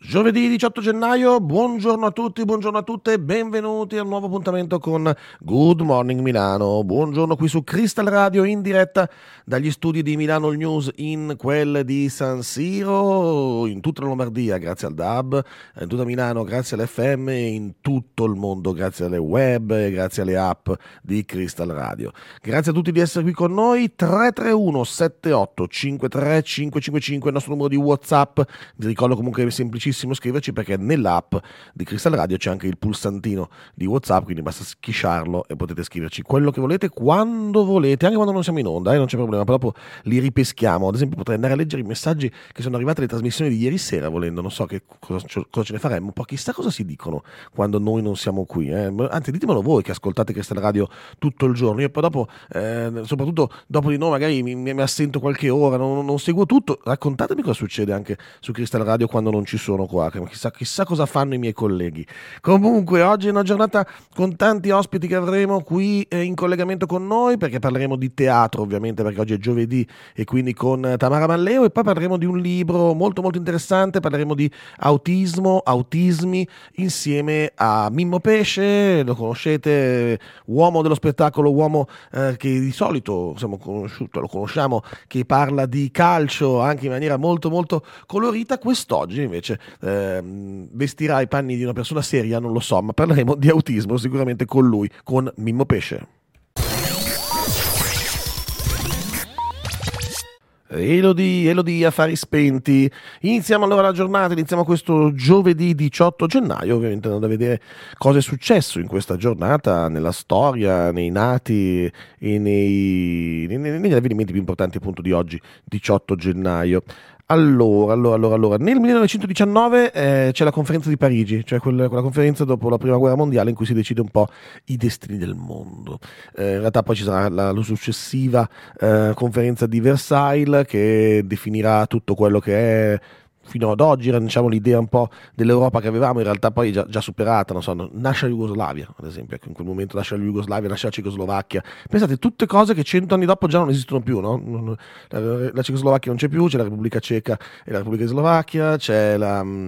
Giovedì 18 gennaio, buongiorno a tutti, buongiorno a tutte, benvenuti al nuovo appuntamento con Good Morning Milano. Buongiorno qui su Crystal Radio in diretta dagli studi di Milano All News in quelle di San Siro, in tutta la Lombardia grazie al DAB, in tutta Milano grazie all'FM e in tutto il mondo grazie alle web e grazie alle app di Crystal Radio. Grazie a tutti di essere qui con noi. 331 78 53 555 il nostro numero di WhatsApp. Vi ricordo comunque che è semplicissimo scriverci perché nell'app di Crystal Radio c'è anche il pulsantino di WhatsApp, quindi basta schisciarlo e potete scriverci quello che volete quando volete, anche quando non siamo in onda, non c'è problema, poi dopo li ripeschiamo. Ad esempio potrei andare a leggere i messaggi che sono arrivati alle trasmissioni di ieri sera volendo, non so che cosa ce ne faremmo, poi chissà cosa si dicono quando noi non siamo qui, anzi ditemelo voi che ascoltate Crystal Radio tutto il giorno. Io poi dopo, soprattutto dopo di noi magari mi assento qualche ora, non seguo tutto, raccontatemi cosa succede anche su Crystal Radio quando non ci sono qua, chissà cosa fanno i miei colleghi. Comunque oggi è una giornata con tanti ospiti che avremo qui in collegamento con noi, perché parleremo di teatro ovviamente, perché oggi è giovedì, e quindi con Tamara Malleo, e poi parleremo di un libro molto molto interessante, parleremo di autismi insieme a Mimmo Pesce. Lo conoscete, uomo dello spettacolo, uomo che di solito siamo conosciuto, lo conosciamo, che parla di calcio anche in maniera molto molto colorita. Quest'oggi invece vestirà i panni di una persona seria, non lo so, ma parleremo di autismo sicuramente con lui, con Mimmo Pesce. Elodie, affari spenti. Iniziamo allora la giornata, iniziamo questo giovedì 18 gennaio, ovviamente andando a vedere cosa è successo in questa giornata, nella storia, nei nati e negli avvenimenti più importanti appunto di oggi, 18 gennaio. Allora, nel 1919 c'è la conferenza di Parigi, cioè quella conferenza dopo la prima guerra mondiale in cui si decide un po' i destini del mondo. In realtà poi ci sarà la successiva conferenza di Versailles che definirà tutto quello che è fino ad oggi, era diciamo l'idea un po' dell'Europa che avevamo, in realtà poi già superata, non so, nasce la Jugoslavia ad esempio, in quel momento nasce la Jugoslavia, nasce la Cecoslovacchia. Pensate, tutte cose che 100 anni dopo già non esistono più, no? La Cecoslovacchia non c'è più, c'è la Repubblica Ceca e la Repubblica di Slovacchia, c'è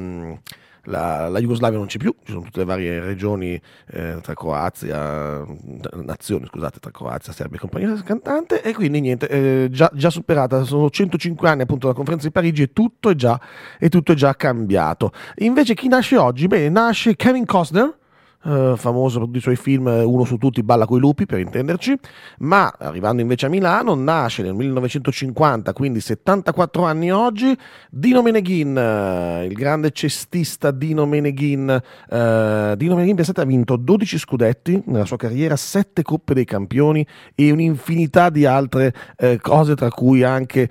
la Jugoslavia non c'è più, ci sono tutte le varie regioni tra Croazia, nazioni scusate, tra Croazia, Serbia e compagnia cantante, e quindi niente, già superata, sono 105 anni appunto dalla conferenza di Parigi e tutto è già cambiato. Invece chi nasce oggi? Bene, nasce Kevin Costner, famoso per tutti i suoi film, uno su tutti, Balla coi lupi per intenderci, ma arrivando invece a Milano nasce nel 1950, quindi 74 anni oggi, Dino Meneghin, il grande cestista Dino Meneghin. Dino Meneghin, pensate, ha vinto 12 scudetti nella sua carriera, 7 Coppe dei Campioni e un'infinità di altre cose, tra cui anche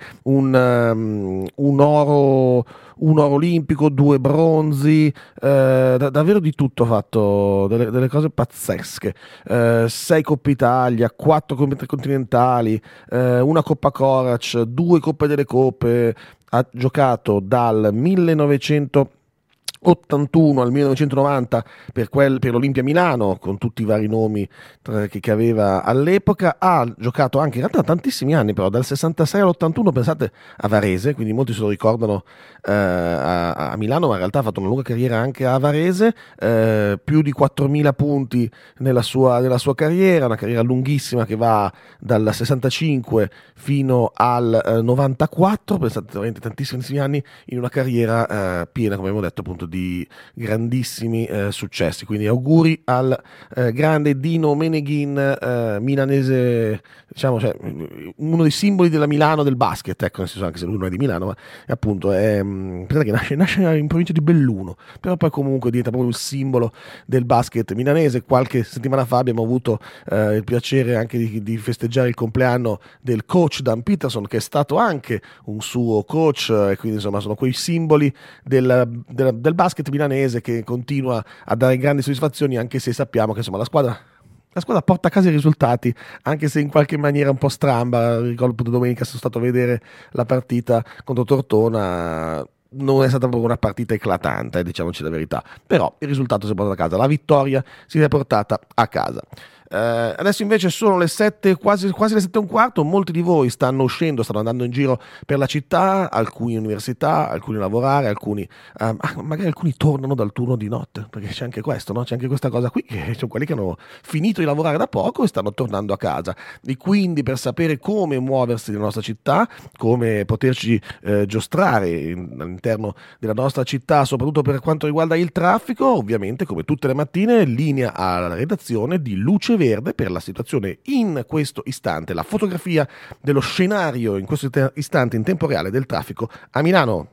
un oro olimpico, 2 bronzi, davvero di tutto ha fatto, delle cose pazzesche, 6 Coppe Italia, 4 Coppe Continentali, una Coppa Corac, 2 Coppe delle Coppe. Ha giocato dal 1981 al 1990 per l'Olimpia Milano, con tutti i vari nomi che aveva all'epoca. Ha giocato anche in realtà tantissimi anni, però dal 66 all'81, pensate, a Varese, quindi molti se lo ricordano a Milano, ma in realtà ha fatto una lunga carriera anche a Varese, più di 4.000 punti nella sua carriera, una carriera lunghissima che va dal 65 fino al 94, pensate, veramente tantissimi anni in una carriera piena, come abbiamo detto, appunto di grandissimi successi. Quindi auguri al grande Dino Meneghin, milanese, diciamo, cioè, uno dei simboli della Milano del basket, ecco, nel senso, anche se lui non è di Milano, ma appunto pensate che nasce in provincia di Belluno, però poi comunque diventa proprio il simbolo del basket milanese. Qualche settimana fa abbiamo avuto il piacere anche di festeggiare il compleanno del coach Dan Peterson, che è stato anche un suo coach, e quindi insomma sono quei simboli del basket milanese che continua a dare grandi soddisfazioni, anche se sappiamo che insomma la squadra porta a casa i risultati, anche se in qualche maniera un po' stramba. Ricordo appunto domenica sono stato a vedere la partita contro Tortona, non è stata proprio una partita eclatante, diciamoci la verità, però il risultato si è portato a casa, la vittoria si è portata a casa. Adesso invece sono le 7, quasi le 7 e un quarto, molti di voi stanno uscendo, stanno andando in giro per la città, alcuni università, alcuni a lavorare, magari alcuni tornano dal turno di notte, perché c'è anche questo, no? C'è anche questa cosa qui, che sono quelli che hanno finito di lavorare da poco e stanno tornando a casa. E quindi per sapere come muoversi nella nostra città, come poterci giostrare all'interno della nostra città, soprattutto per quanto riguarda il traffico, ovviamente come tutte le mattine linea alla redazione di Luce Verde per la situazione in questo istante, la fotografia dello scenario in questo istante in tempo reale del traffico a Milano.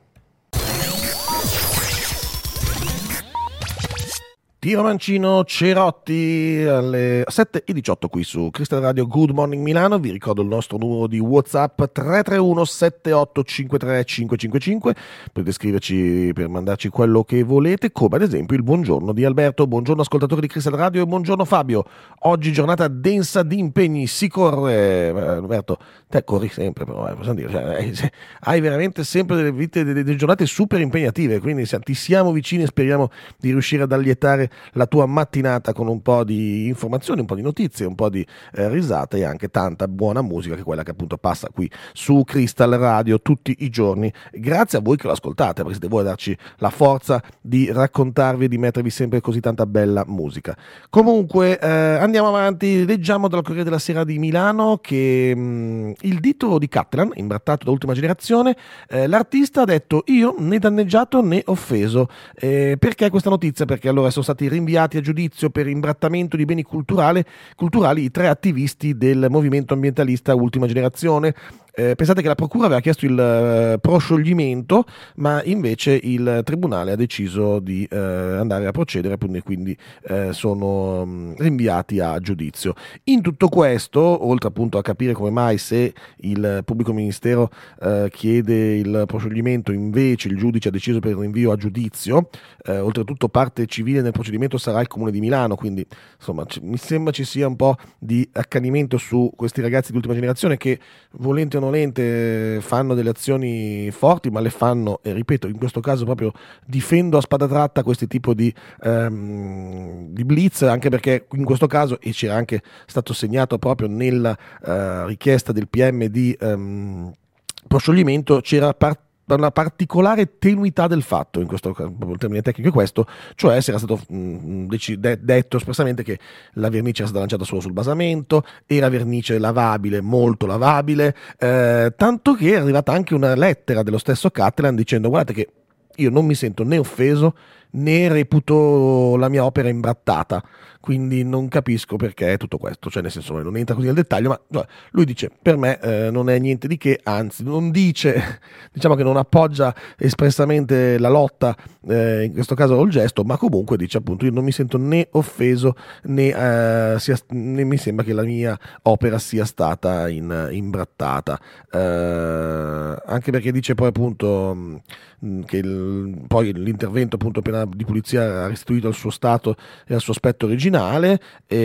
Tiro Mancino, Cerotti alle 7:18 qui su Crystal Radio. Good Morning Milano. Vi ricordo il nostro numero di WhatsApp 331 7853 555. Potete scriverci per mandarci quello che volete, come ad esempio il buongiorno di Alberto. Buongiorno ascoltatori di Crystal Radio e buongiorno Fabio. Oggi giornata densa di impegni, si corre. Alberto, te corri sempre, però possiamo dire, hai veramente sempre delle giornate super impegnative, quindi ti siamo vicini e speriamo di riuscire ad allietare la tua mattinata con un po' di informazioni, un po' di notizie, un po' di risate e anche tanta buona musica, che è quella che appunto passa qui su Crystal Radio tutti i giorni. Grazie a voi che lo ascoltate, perché siete voi a darci la forza di raccontarvi e di mettervi sempre così tanta bella musica. Comunque andiamo avanti, leggiamo dal Corriere della Sera di Milano che il dito di Catalan, imbrattato da Ultima Generazione, l'artista ha detto: io né danneggiato né offeso. Perché questa notizia? Perché allora sono stati rinviati a giudizio per imbrattamento di beni culturali i 3 attivisti del movimento ambientalista Ultima Generazione. Pensate che la procura aveva chiesto il proscioglimento, ma invece il tribunale ha deciso di andare a procedere, quindi sono rinviati a giudizio. In tutto questo, oltre appunto a capire come mai, se il pubblico ministero chiede il proscioglimento, invece il giudice ha deciso per il rinvio a giudizio, oltretutto parte civile nel procedimento sarà il Comune di Milano, quindi insomma mi sembra ci sia un po' di accanimento su questi ragazzi di Ultima Generazione che, volente o nolente, fanno delle azioni forti, ma le fanno, e ripeto, in questo caso proprio difendo a spada tratta questi tipo di blitz, anche perché in questo caso, e c'era anche stato segnato proprio nella richiesta del PM di proscioglimento, c'era una particolare tenuità del fatto, in questo caso, proprio il termine tecnico è questo, cioè era stato detto espressamente che la vernice era stata lanciata solo sul basamento, era vernice lavabile, molto lavabile, tanto che è arrivata anche una lettera dello stesso Catalan dicendo: guardate che io non mi sento né offeso né reputo la mia opera imbrattata, quindi non capisco perché è tutto questo, cioè nel senso non entra così nel dettaglio, ma lui dice: per me non è niente di che, anzi non dice, diciamo che non appoggia espressamente la lotta, in questo caso il gesto, ma comunque dice appunto: io non mi sento né offeso né mi sembra che la mia opera sia stata imbrattata, anche perché dice poi appunto che poi l'intervento appunto di polizia ha restituito al suo stato e al suo aspetto originale,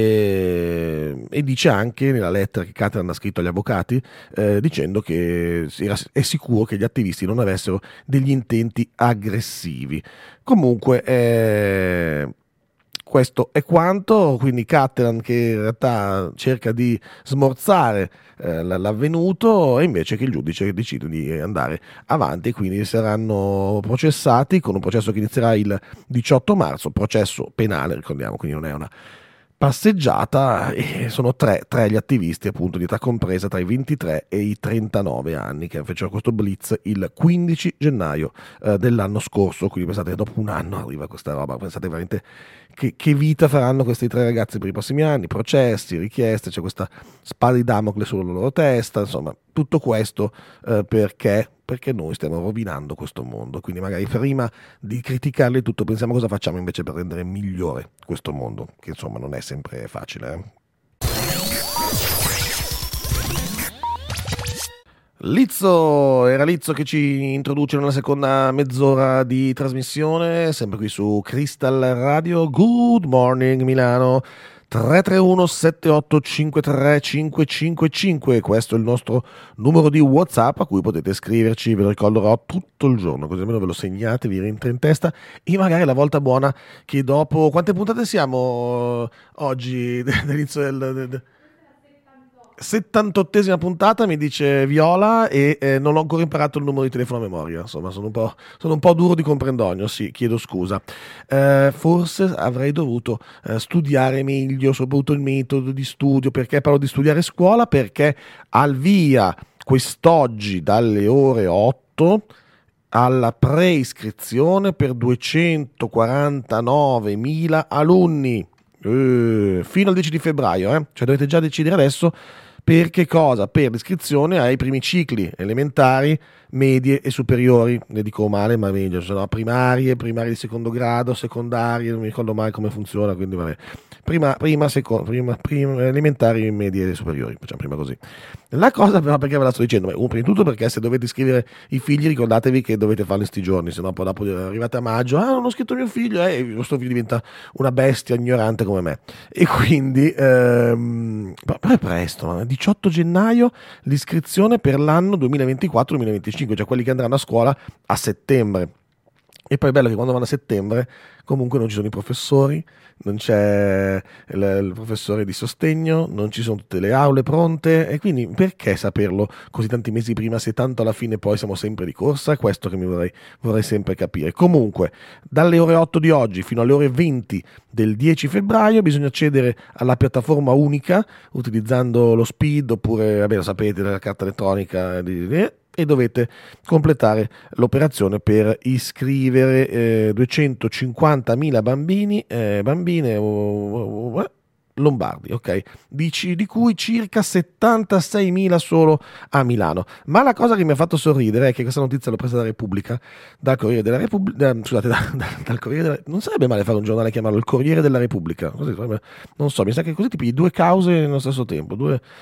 e dice anche nella lettera che Catalan ha scritto agli avvocati, dicendo che è sicuro che gli attivisti non avessero degli intenti aggressivi. Comunque questo è quanto, quindi Catalan che in realtà cerca di smorzare l'avvenuto, e invece che il giudice decide di andare avanti, e quindi saranno processati con un processo che inizierà il 18 marzo, processo penale, ricordiamo, quindi non è una passeggiata, e sono tre gli attivisti appunto di età compresa tra i 23 e i 39 anni che fecero questo blitz il 15 gennaio dell'anno scorso, quindi pensate, dopo un anno arriva questa roba, pensate veramente che vita faranno questi 3 ragazzi per i prossimi anni, processi, richieste, c'è questa spada di Damocle sulla loro testa, insomma tutto questo perché noi stiamo rovinando questo mondo, quindi magari prima di criticarli tutto pensiamo cosa facciamo invece per rendere migliore questo mondo, che insomma non è sempre facile. Era Lizzo che ci introduce nella seconda mezz'ora di trasmissione, sempre qui su Crystal Radio. Good Morning Milano. 331 7853 555, questo è il nostro numero di WhatsApp a cui potete scriverci, ve lo ricorderò tutto il giorno, così almeno ve lo segnate, vi rientra in testa e magari la volta buona che dopo... Quante puntate siamo oggi dall'inizio del 78esima puntata, mi dice Viola, e non ho ancora imparato il numero di telefono a memoria, insomma sono un po' duro di comprendogno, sì, chiedo scusa. Forse avrei dovuto studiare meglio, soprattutto il metodo di studio. Perché parlo di studiare scuola? Perché al via quest'oggi dalle ore 8 alla preiscrizione per 249.000 alunni, fino al 10 di febbraio, cioè dovete già decidere adesso per che cosa? Per l'iscrizione ai primi cicli elementari, medie e superiori. Ne dico male, ma meglio, sono primarie di secondo grado, secondarie, non mi ricordo mai come funziona, quindi vabbè. Prima, elementari, medie e superiori, facciamo prima così. La cosa però, perché ve la sto dicendo? Prima di tutto perché se dovete iscrivere i figli ricordatevi che dovete farlo in sti giorni, se no poi dopo arrivate a maggio, non ho iscritto mio figlio, e il vostro figlio diventa una bestia ignorante come me. E quindi, però è presto, 18 gennaio l'iscrizione per l'anno 2024-2025, cioè quelli che andranno a scuola a settembre. E poi è bello che quando vanno a settembre comunque non ci sono i professori, non c'è il professore di sostegno, non ci sono tutte le aule pronte, e quindi perché saperlo così tanti mesi prima se tanto alla fine poi siamo sempre di corsa? È questo che vorrei sempre capire. Comunque, dalle ore 8 di oggi fino alle ore 20 del 10 febbraio bisogna accedere alla piattaforma unica utilizzando lo SPID oppure, vabbè, lo sapete, la carta elettronica e dovete completare l'operazione per iscrivere 250.000 bambini, bambine lombardi, ok? Di cui circa 76.000 solo a Milano. Ma la cosa che mi ha fatto sorridere è che questa notizia l'ho presa da Repubblica, dal Corriere della Repubblica, scusate, dal Corriere non sarebbe male fare un giornale e chiamarlo il Corriere della Repubblica, così, non so, mi sa che così ti pigli due cause nello stesso tempo,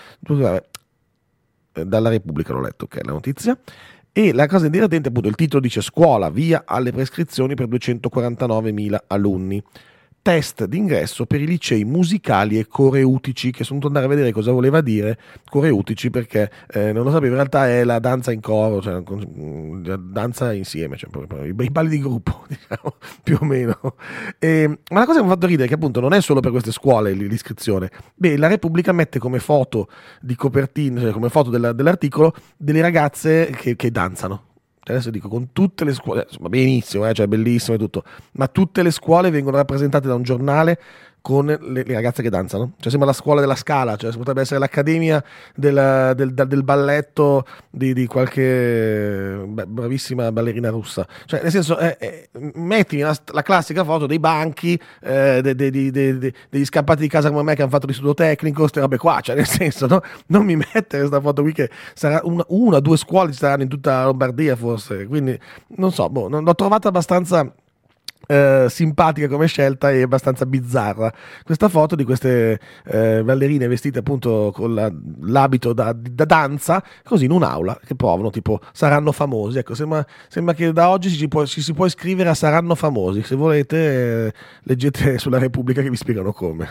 dalla Repubblica l'ho letto, ok, la notizia. E la cosa divertente, appunto, il titolo dice: scuola via alle prescrizioni per 249.000 alunni. Test d'ingresso per i licei musicali e coreutici, che sono andato a vedere cosa voleva dire coreutici, perché non lo sapevo, in realtà è la danza in coro, cioè la danza insieme, cioè i balli di gruppo, diciamo, più o meno. Ma la cosa che mi ha fatto ridere è che appunto non è solo per queste scuole l'iscrizione. La Repubblica mette come foto di copertina, cioè come foto dell'articolo, delle ragazze che danzano. Adesso dico, con tutte le scuole, va benissimo, cioè bellissimo e tutto, ma tutte le scuole vengono rappresentate da un giornale con le ragazze che danzano, cioè sembra la scuola della Scala, cioè potrebbe essere l'accademia del balletto di qualche bravissima ballerina russa, cioè nel senso, mettimi la classica foto dei banchi, degli scappati di casa come me che hanno fatto l'istituto tecnico, queste robe qua, cioè nel senso, no? Non mi mettere questa foto qui che sarà una o due scuole ci saranno in tutta la Lombardia forse, quindi non so, non l'ho trovata abbastanza simpatica come scelta e abbastanza bizzarra questa foto di queste ballerine vestite appunto con l'abito da danza, così in un'aula che provano, tipo saranno famosi, ecco, sembra che da oggi ci si può iscrivere a saranno famosi, se volete leggete sulla Repubblica che vi spiegano come.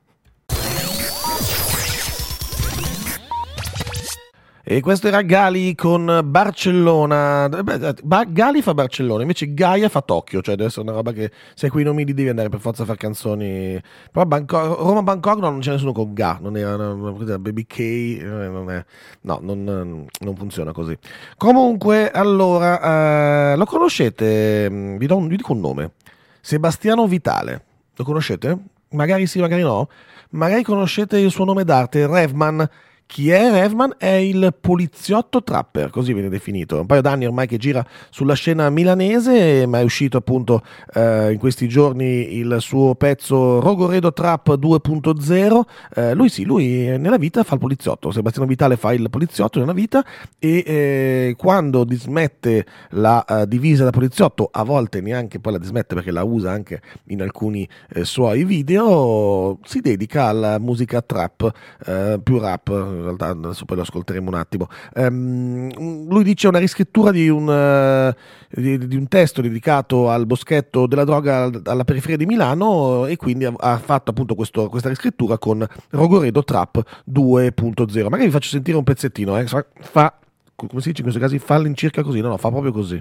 E questo era Gali con Barcellona. Gali fa Barcellona, invece Gaia fa Tokyo, cioè deve essere una roba che se quei nomi lì devi andare per forza a fare canzoni. Però Roma Bangkok non c'è nessuno con Ga, non era Baby K, non funziona così. Comunque, allora, lo conoscete? Vi dico un nome. Sebastiano Vitale. Lo conoscete? Magari sì, magari no. Magari conoscete il suo nome d'arte, Revman. Chi è Revman? È il poliziotto trapper, così viene definito. Un paio d'anni ormai che gira sulla scena milanese, ma è uscito appunto in questi giorni il suo pezzo Rogoredo Trap 2.0. Lui nella vita fa il poliziotto. Sebastiano Vitale fa il poliziotto nella vita e quando dismette la divisa da poliziotto, a volte neanche poi la dismette perché la usa anche in alcuni suoi video, si dedica alla musica trap, più rap, in realtà adesso poi lo ascolteremo un attimo. Lui dice una riscrittura di un testo dedicato al boschetto della droga alla periferia di Milano, e quindi ha fatto appunto questa riscrittura con Rogoredo Trap 2.0. Magari vi faccio sentire un pezzettino, fa, come si dice in questi casi, fa all'incirca così, no, fa proprio così.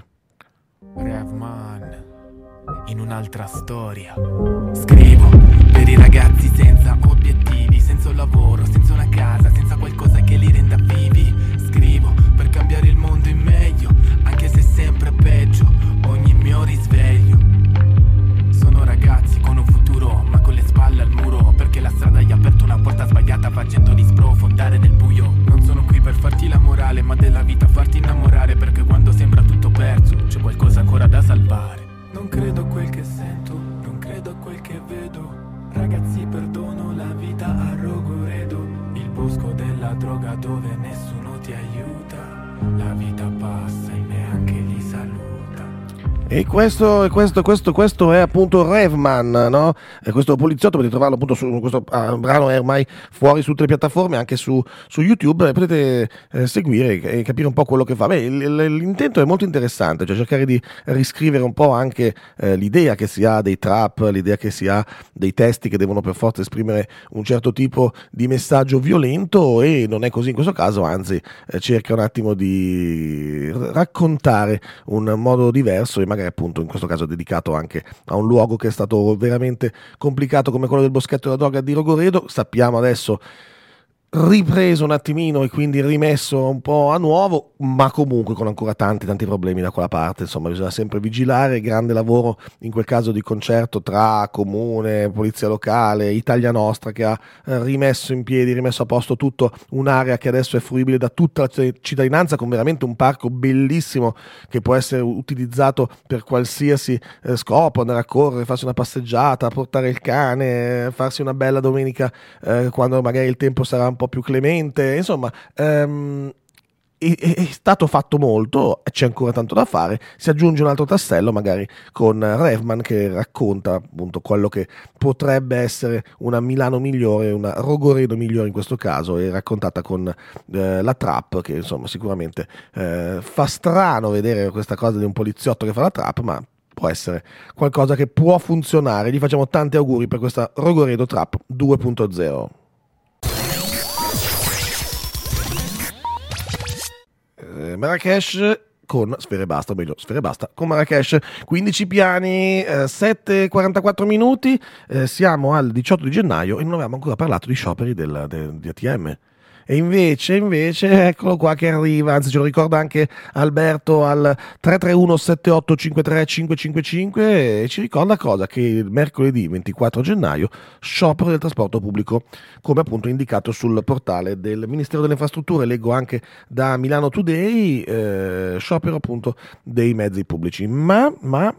Revman, in un'altra storia, scrivo per i ragazzi senza obiettivi, senza un lavoro, senza una casa, senza qualcosa che li renda vivi. Scrivo per cambiare il mondo in meglio, anche se sempre peggio, ogni mio risveglio. Sono ragazzi con un futuro, ma con le spalle al muro, perché la strada gli ha aperto una porta sbagliata facendoli sprofondare nel buio. Non sono qui per farti la morale, ma della vita farti innamorare, perché quando sembra tutto perso c'è qualcosa ancora da salvare. Non credo a quel che sento, non credo a quel che vedo. Ragazzi, perdono la vita a Rogoredo, il bosco della droga dove nessuno ti aiuta. La vita passa e neanche li saluta. E questo è appunto Revman, no? E questo poliziotto potete trovarlo appunto su questo brano, è ormai fuori su tutte le piattaforme, anche su YouTube, e potete seguire e capire un po' quello che fa. Beh, l'intento è molto interessante, cioè cercare di riscrivere un po' anche l'idea che si ha dei trap, l'idea che si ha dei testi che devono per forza esprimere un certo tipo di messaggio violento, e non è così in questo caso, anzi cerca un attimo di raccontare un modo diverso, e magari appunto in questo caso dedicato anche a un luogo che è stato veramente complicato come quello del boschetto della droga di Rogoredo. Sappiamo adesso ripreso un attimino e quindi rimesso un po' a nuovo, ma comunque con ancora tanti problemi da quella parte. Insomma, bisogna sempre vigilare. Grande lavoro in quel caso di concerto tra comune, polizia locale, Italia Nostra, che ha rimesso in piedi, rimesso a posto tutto, un'area che adesso è fruibile da tutta la cittadinanza, con veramente un parco bellissimo che può essere utilizzato per qualsiasi scopo, andare a correre, farsi una passeggiata, portare il cane, farsi una bella domenica quando magari il tempo sarà un po' più clemente. Insomma, è stato fatto molto, c'è ancora tanto da fare. Si aggiunge un altro tassello magari con Revman, che racconta appunto quello che potrebbe essere una Milano migliore, una Rogoredo migliore in questo caso, e raccontata con la trap, che insomma sicuramente fa strano vedere questa cosa di un poliziotto che fa la trap, ma può essere qualcosa che può funzionare. Gli facciamo tanti auguri per questa Rogoredo Trap 2.0. Marrakesh con Sfere Basta, o meglio Sfere Basta con Marrakesh. 15 piani, 7:44 minuti, siamo al 18 di gennaio e non avevamo ancora parlato di scioperi di ATM. E invece, eccolo qua che arriva, anzi ce lo ricorda anche Alberto al 331-7853-555, e ci ricorda cosa? Che il mercoledì 24 gennaio sciopero del trasporto pubblico, come appunto indicato sul portale del Ministero delle Infrastrutture. Leggo anche da Milano Today, sciopero appunto dei mezzi pubblici, ma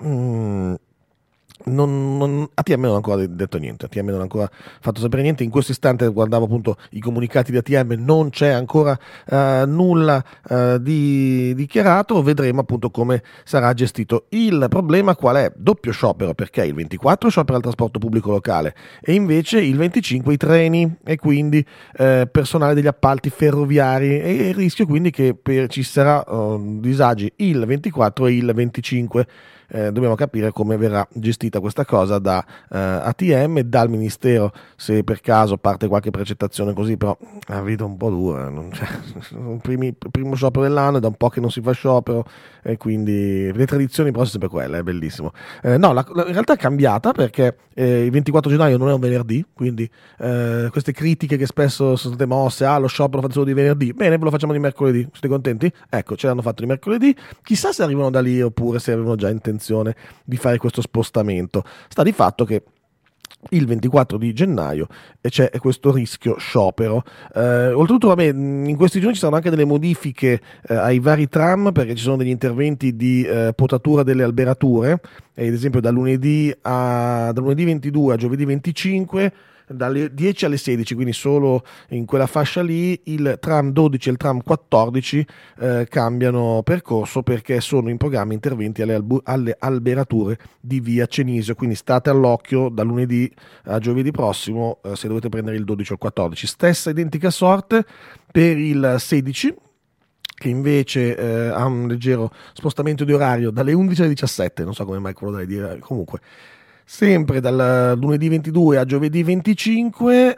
ATM non ha ancora detto niente, ATM non ha ancora fatto sapere niente. In questo istante guardavo appunto i comunicati di ATM, non c'è ancora nulla di dichiarato. Vedremo appunto come sarà gestito. Il problema qual è? Doppio sciopero, perché il 24 sciopera il trasporto pubblico locale e invece il 25 i treni, e quindi personale degli appalti ferroviari, e il rischio quindi che ci sarà disagi il 24 e il 25. Dobbiamo capire come verrà gestita questa cosa da ATM, dal Ministero, se per caso parte qualche precettazione così, però la vedo un po' dura, primo sciopero dell'anno, è da un po' che non si fa sciopero, e quindi le tradizioni però sono sempre quelle, è bellissimo. No, in realtà è cambiata, perché il 24 gennaio non è un venerdì, quindi queste critiche che spesso sono state mosse, lo sciopero facciamo di venerdì, bene, ve lo facciamo di mercoledì, siete contenti? Ecco, ce l'hanno fatto di mercoledì, chissà se arrivano da lì oppure se avevano già intenzione di fare questo spostamento. Sta di fatto che il 24 di gennaio c'è questo rischio sciopero. Oltretutto, vabbè, in questi giorni ci saranno anche delle modifiche ai vari tram, perché ci sono degli interventi di potatura delle alberature, ad esempio da lunedì 22 a giovedì 25 dalle 10 alle 16, quindi solo in quella fascia lì. Il tram 12 e il tram 14 cambiano percorso perché sono in programma interventi alle alberature di via Cenisio, quindi state all'occhio da lunedì a giovedì prossimo se dovete prendere il 12 o il 14. Stessa identica sorte per il 16, che invece ha un leggero spostamento di orario dalle 11 alle 17, non so come mai quello da dire, comunque sempre dal lunedì 22 a giovedì 25.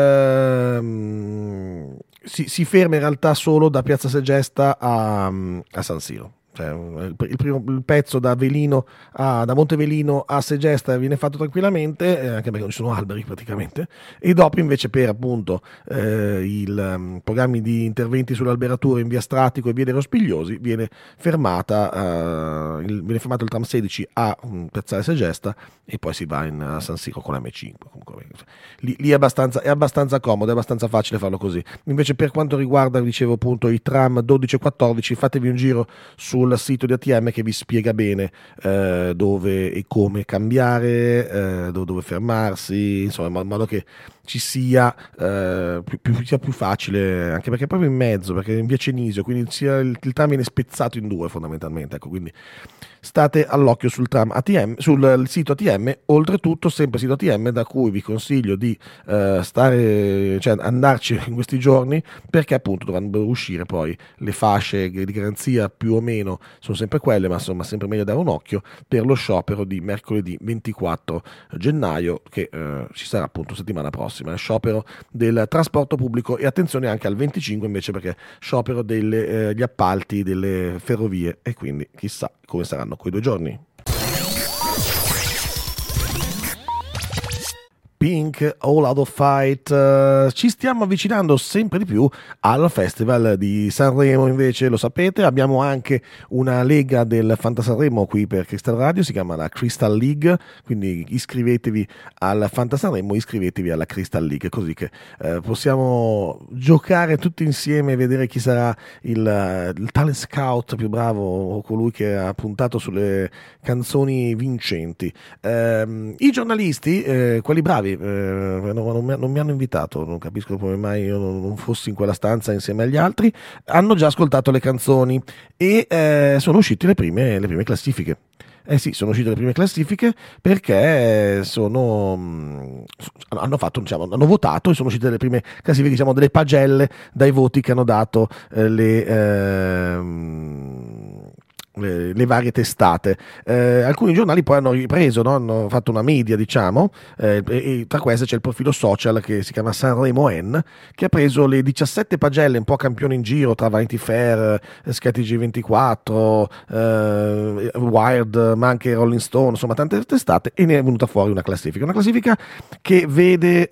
Si ferma in realtà solo da Piazza Segesta a San Siro. Cioè, il pezzo da Montevelino a Segesta viene fatto tranquillamente, anche perché non ci sono alberi praticamente, e dopo invece per appunto i programmi di interventi sull'alberatura in via Stratico e via dei Rospigliosi viene fermato il tram 16 a Piazzale Segesta e poi si va a San Siro con la M5. Comunque, lì è abbastanza comodo, è abbastanza facile farlo così. Invece per quanto riguarda, dicevo appunto, i tram 12 e 14, fatevi un giro sul sito di ATM che vi spiega bene dove e come cambiare, dove fermarsi, insomma, in modo che ci sia più facile, anche perché è proprio in mezzo, perché è in via Cenisio, quindi il tram viene spezzato in due fondamentalmente, ecco, quindi state all'occhio sul tram ATM, sul sito ATM. Oltretutto sempre sito ATM, da cui vi consiglio di andarci in questi giorni, perché appunto dovranno uscire poi le fasce di garanzia, più o meno sono sempre quelle, ma insomma sempre meglio dare un occhio per lo sciopero di mercoledì 24 gennaio che ci sarà appunto settimana prossima, il sciopero del trasporto pubblico, e attenzione anche al 25 invece, perché sciopero degli appalti delle ferrovie, e quindi chissà come saranno quei 2 giorni. Pink, All Out of Fight. Ci stiamo avvicinando sempre di più al Festival di Sanremo, invece lo sapete, abbiamo anche una lega del Fantasanremo qui per Crystal Radio, si chiama la Crystal League, quindi iscrivetevi al Fantasanremo, iscrivetevi alla Crystal League, così che possiamo giocare tutti insieme e vedere chi sarà il talent scout più bravo, o colui che ha puntato sulle canzoni vincenti. I giornalisti, quelli bravi, non mi hanno invitato, non capisco come mai io non fossi in quella stanza insieme agli altri, hanno già ascoltato le canzoni e sono uscite le prime classifiche. Sì, sono uscite le prime classifiche perché hanno votato e sono uscite le prime classifiche, diciamo, delle pagelle dai voti che hanno dato le varie testate. Alcuni giornali poi hanno ripreso, no? Hanno fatto una media, diciamo, e tra queste c'è il profilo social che si chiama Sanremo N, che ha preso le 17 pagelle un po' campione in giro tra Vanity Fair, SkyTG24, Wired, ma anche Rolling Stone, insomma tante testate, e ne è venuta fuori una classifica che vede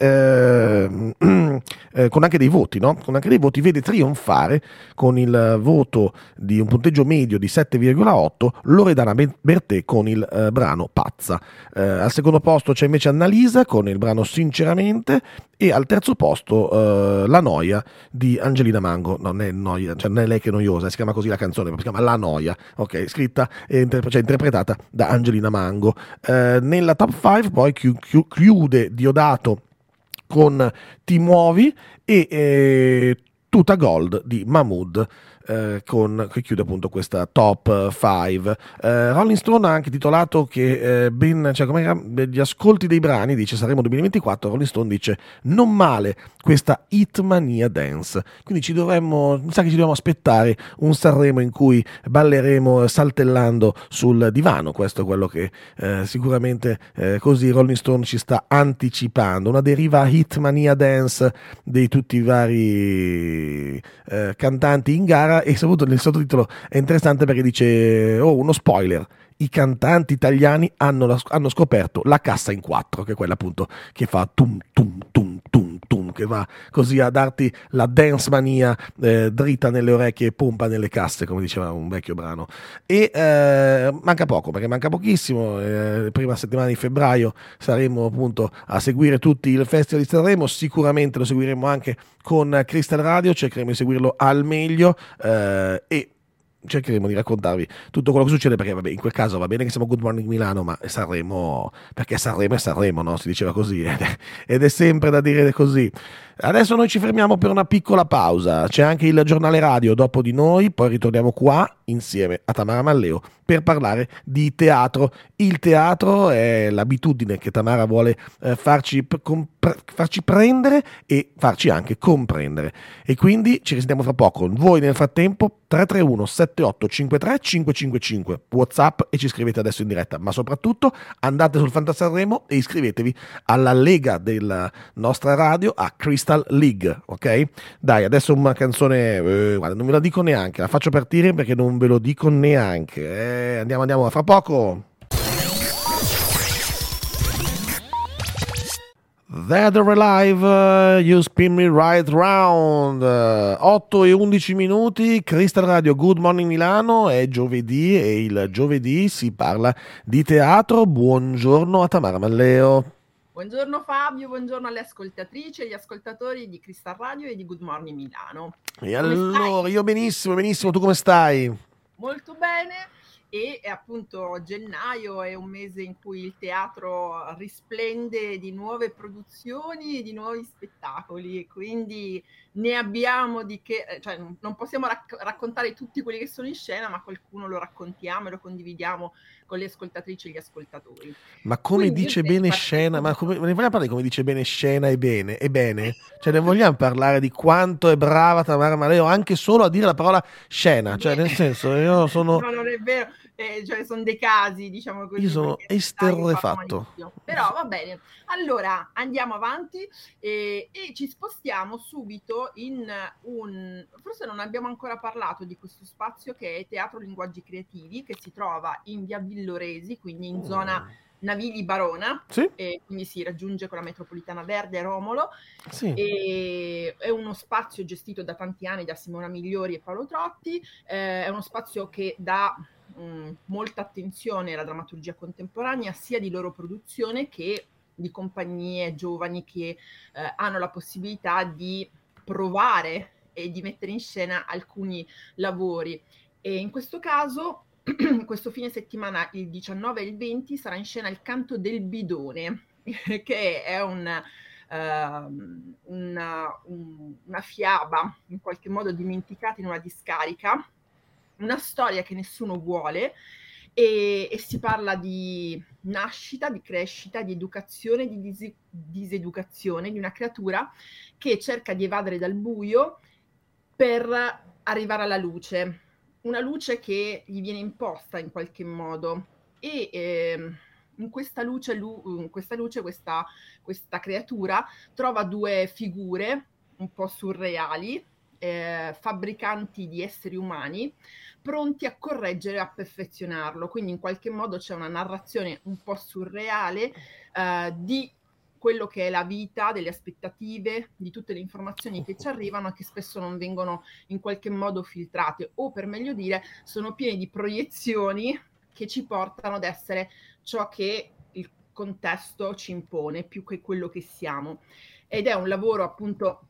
con anche dei voti, no? Con anche dei voti vede trionfare, con il voto di un punteggio medio di 7,8, Loredana Bertè con il brano Pazza. Al secondo posto c'è invece Annalisa con il brano Sinceramente, e al terzo posto La Noia di Angelina Mango. Non è noia, cioè non è lei che è noiosa, si chiama così la canzone, ma si chiama La Noia, ok, scritta e interpretata da Angelina Mango. Nella top 5 poi chiude Diodato con Ti muovi, e Tuta Gold di Mahmood, che chiude appunto questa top 5. Rolling Stone ha anche titolato che gli ascolti dei brani, dice Sanremo 2024, Rolling Stone dice non male questa Hitmania Dance, quindi ci dovremmo aspettare un Sanremo in cui balleremo saltellando sul divano. Questo è quello che sicuramente così Rolling Stone ci sta anticipando, una deriva Hitmania Dance di tutti i vari cantanti in gara. E soprattutto il sottotitolo è interessante perché dice uno spoiler: i cantanti italiani hanno scoperto la cassa in 4, che è quella appunto che fa tum tum tum tum tum, che va così a darti la dance mania dritta nelle orecchie e pompa nelle casse, come diceva un vecchio brano. E manca poco, perché manca pochissimo. Prima settimana di febbraio saremo appunto a seguire tutti il Festival di Sanremo, sicuramente lo seguiremo anche con Crystal Radio, cercheremo di seguirlo al meglio, e cercheremo di raccontarvi tutto quello che succede, perché vabbè, in quel caso va bene che siamo Good Morning Milano, ma Sanremo, perché Sanremo è Sanremo, no? Si diceva così, ed è sempre da dire così. Adesso noi ci fermiamo per una piccola pausa, c'è anche il giornale radio dopo di noi, poi ritorniamo qua insieme a Tamara Malleo per parlare di teatro. Il teatro è l'abitudine che Tamara vuole farci prendere e farci anche comprendere. E quindi ci risentiamo fra poco. Voi nel frattempo 331 7853 555 WhatsApp e ci scrivete adesso in diretta, ma soprattutto andate sul Fantasanremo e iscrivetevi alla lega della nostra radio, a Crystal League, ok? Dai, adesso una canzone, guarda, non ve la dico neanche, la faccio partire perché non ve lo dico neanche. Andiamo, fra poco. Dead or Alive, You Spin Me Right Round, 8 e 11 minuti, Crystal Radio, Good Morning Milano, è giovedì e il giovedì si parla di teatro. Buongiorno a Tamara Malleo. Buongiorno Fabio, buongiorno alle ascoltatrici e agli ascoltatori di Crystal Radio e di Good Morning Milano. E allora, io benissimo, tu come stai? Molto bene. E appunto gennaio è un mese in cui il teatro risplende di nuove produzioni e di nuovi spettacoli, e quindi ne abbiamo di che, cioè non possiamo raccontare tutti quelli che sono in scena, ma qualcuno lo raccontiamo e lo condividiamo con le ascoltatrici e gli ascoltatori. Ma come quindi dice bene scena, ma come, ne vogliamo parlare come dice bene scena e bene? E bene? Cioè ne vogliamo parlare di quanto è brava Tamara Malleo anche solo a dire la parola scena, cioè nel senso io sono... No, non è vero. Cioè sono dei casi, diciamo così. Io sono esterrefatto. Però va bene. Allora andiamo avanti e ci spostiamo subito in forse non abbiamo ancora parlato di questo spazio che è Teatro Linguaggi Creativi, che si trova in via Villoresi, quindi in zona Navigli Barona, sì. E quindi si raggiunge con la metropolitana verde Romolo, sì. E è uno spazio gestito da tanti anni da Simona Migliori e Paolo Trotti, è uno spazio che dà molta attenzione alla drammaturgia contemporanea, sia di loro produzione che di compagnie giovani che hanno la possibilità di provare e di mettere in scena alcuni lavori. E in questo caso questo fine settimana, il 19 e il 20, sarà in scena Il Canto del Bidone, che è una fiaba in qualche modo dimenticata in una discarica, una storia che nessuno vuole, e si parla di nascita, di crescita, di educazione, di diseducazione di una creatura che cerca di evadere dal buio per arrivare alla luce, una luce che gli viene imposta in qualche modo, e in questa luce questa creatura trova due figure un po' surreali, fabbricanti di esseri umani pronti a correggere e a perfezionarlo. Quindi in qualche modo c'è una narrazione un po' surreale di quello che è la vita, delle aspettative, di tutte le informazioni che ci arrivano e che spesso non vengono in qualche modo filtrate, o per meglio dire sono piene di proiezioni che ci portano ad essere ciò che il contesto ci impone più che quello che siamo. Ed è un lavoro appunto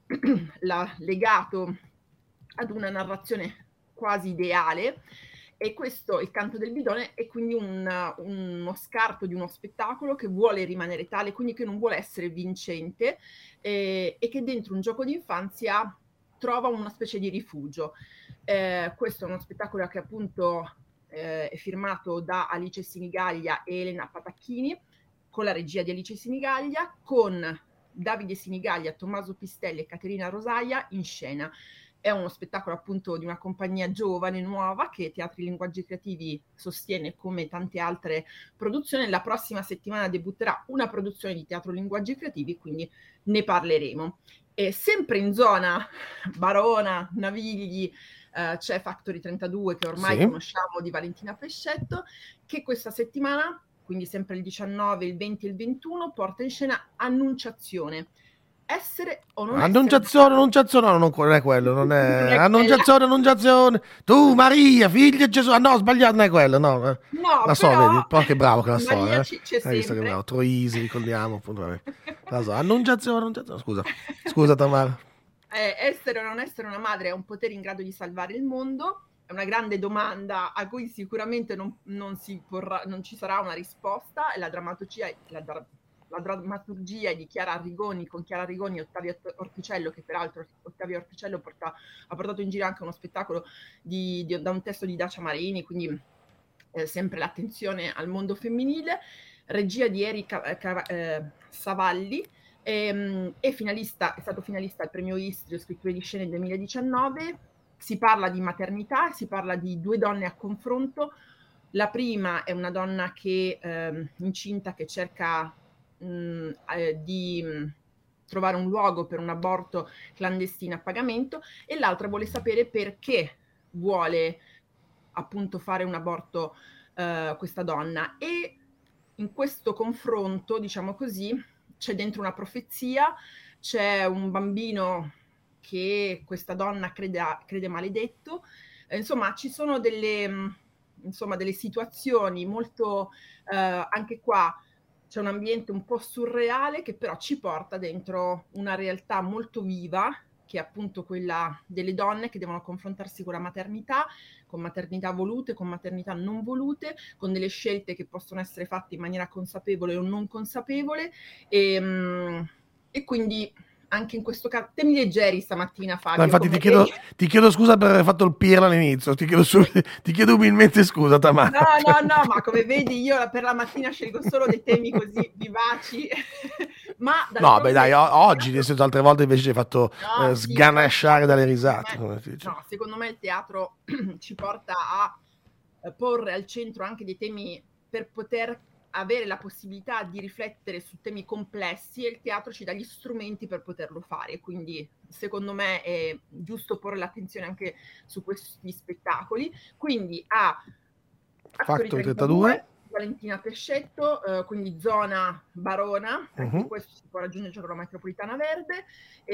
legato ad una narrazione quasi ideale, e questo, Il Canto del Bidone, è quindi uno scarto di uno spettacolo che vuole rimanere tale, quindi che non vuole essere vincente, e che dentro un gioco d'infanzia trova una specie di rifugio. Questo è uno spettacolo che appunto è firmato da Alice Sinigaglia e Elena Patacchini, con la regia di Alice Sinigaglia, con Davide Sinigaglia, Tommaso Pistelli e Caterina Rosaia in scena. È uno spettacolo appunto di una compagnia giovane, nuova, che Teatri Linguaggi Creativi sostiene come tante altre produzioni. La prossima settimana debutterà una produzione di Teatro Linguaggi Creativi, quindi ne parleremo. E sempre in zona Barona, Navigli, c'è Factory 32, che ormai conosciamo, di Valentina Pescetto, che questa settimana, quindi sempre il 19, il 20 e il 21, porta in scena Annunciazione. Essere o non Annunciazione, no, non è quello, non è Annunciazione, tu Maria, figlia di Gesù, no, ho sbagliato, non è quello, no, la so, però, vedi, poi che bravo che la so, c'è sempre. Che bravo, Troisi, ricordiamo, appunto, la so. Annunciazione, scusa Tamara. Essere o non essere una madre è un potere in grado di salvare il mondo, è una grande domanda a cui sicuramente non ci sarà una risposta, e la drammaturgia è di Chiara Arrigoni, con Chiara Arrigoni e Ottavio Orticello, che peraltro Ottavio Orticello ha portato in giro anche uno spettacolo da un testo di Dacia Marini, quindi sempre l'attenzione al mondo femminile. Regia di Erika Savalli, è stato finalista al premio Istrio Scritture di Scene nel 2019. Si parla di maternità, si parla di due donne a confronto. La prima è una donna che incinta, che cerca di trovare un luogo per un aborto clandestino a pagamento, e l'altra vuole sapere perché vuole appunto fare un aborto questa donna. E in questo confronto, diciamo così, c'è dentro una profezia, c'è un bambino che questa donna crede maledetto, insomma ci sono delle situazioni molto, anche qua c'è un ambiente un po' surreale che però ci porta dentro una realtà molto viva, che è appunto quella delle donne che devono confrontarsi con la maternità, con maternità volute, con maternità non volute, con delle scelte che possono essere fatte in maniera consapevole o non consapevole, e quindi anche in questo caso temi leggeri stamattina, Fabio. No, infatti ti chiedo scusa per aver fatto il pirla all'inizio, ti chiedo umilmente scusa, Tamara. No, ma come vedi io per la mattina scelgo solo dei temi così vivaci. Ma no, beh dai, oggi, nel senso, altre volte invece ci hai fatto sganasciare dalle risate. No, secondo me il teatro ci porta a porre al centro anche dei temi per poter avere la possibilità di riflettere su temi complessi, e il teatro ci dà gli strumenti per poterlo fare, quindi secondo me è giusto porre l'attenzione anche su questi spettacoli. Quindi a Factory 32, Valentina Pescetto, quindi zona Barona, anche questo si può raggiungere con la metropolitana verde,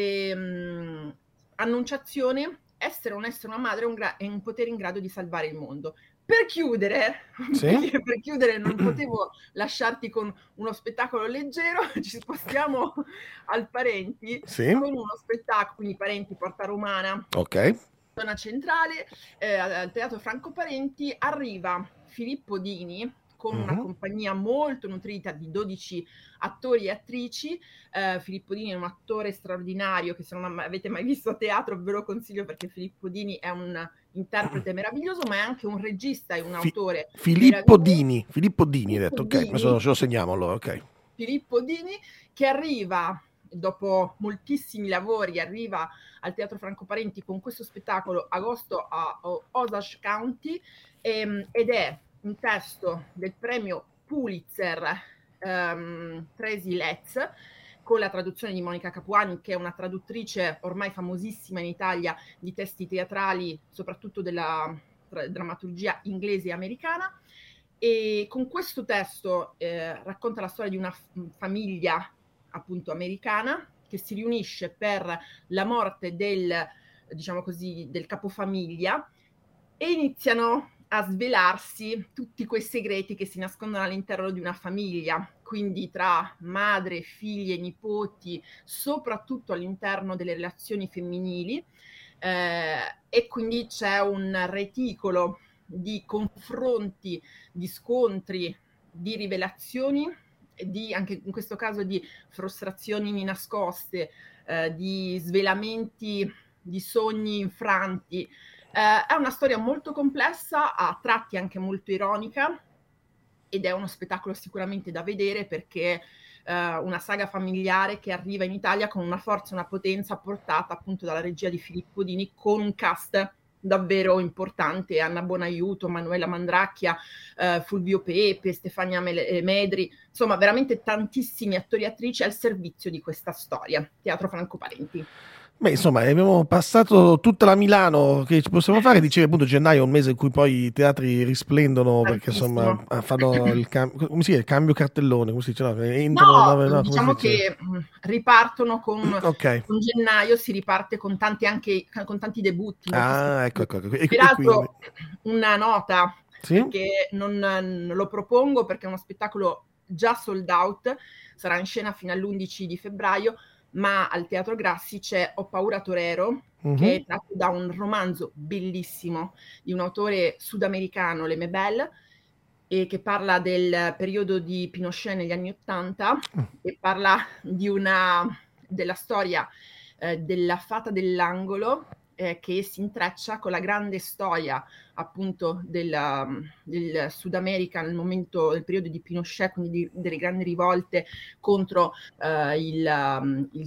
Annunciazione, Essere o non essere una madre è un potere in grado di salvare il mondo. Per chiudere, non potevo lasciarti con uno spettacolo leggero, ci spostiamo al Parenti, con uno spettacolo, quindi Parenti, Porta Romana, zona centrale, al Teatro Franco Parenti arriva Filippo Dini, con una compagnia molto nutrita di 12 attori e attrici. Filippo Dini è un attore straordinario che, se non avete mai visto a teatro, ve lo consiglio, perché Filippo Dini è un interprete meraviglioso, ma è anche un regista e un autore. Filippo Dini, hai detto, ok, adesso ce lo segniamo allora, ok. Filippo Dini, che arriva dopo moltissimi lavori, arriva al Teatro Franco Parenti con questo spettacolo Agosto a Osage County, ed è un testo del premio Pulitzer Tracy Letts, con la traduzione di Monica Capuani, che è una traduttrice ormai famosissima in Italia di testi teatrali, soprattutto della drammaturgia inglese e americana. E con questo testo racconta la storia di una famiglia appunto americana che si riunisce per la morte del capofamiglia, e iniziano a svelarsi tutti quei segreti che si nascondono all'interno di una famiglia, quindi tra madre, figlie, nipoti, soprattutto all'interno delle relazioni femminili, e quindi c'è un reticolo di confronti, di scontri, di rivelazioni, anche in questo caso di frustrazioni nascoste, di svelamenti, di sogni infranti. È una storia molto complessa, a tratti anche molto ironica, ed è uno spettacolo sicuramente da vedere, perché una saga familiare che arriva in Italia con una forza e una potenza portata appunto dalla regia di Filippo Dini, con un cast davvero importante: Anna Bonaiuto, Manuela Mandracchia, Fulvio Pepe, Stefania Medri, insomma veramente tantissimi attori e attrici al servizio di questa storia. Teatro Franco Parenti. Beh, insomma, abbiamo passato tutta la Milano che ci possiamo fare. Dicevi appunto gennaio è un mese in cui poi i teatri risplendono, perché insomma fanno il cambio cartellone, come si dice? Diciamo che ripartono con gennaio, si riparte con tanti debutti. Ecco. Peraltro una nota, che non lo propongo perché è uno spettacolo già sold out, sarà in scena fino all'11 di febbraio, ma al Teatro Grassi c'è Ho paura torero, che è tratto da un romanzo bellissimo di un autore sudamericano, Lemebel, e che parla del periodo di Pinochet negli anni '80 e parla della storia della fata dell'angolo, che si intreccia con la grande storia appunto del Sud America nel periodo di Pinochet, quindi delle grandi rivolte contro la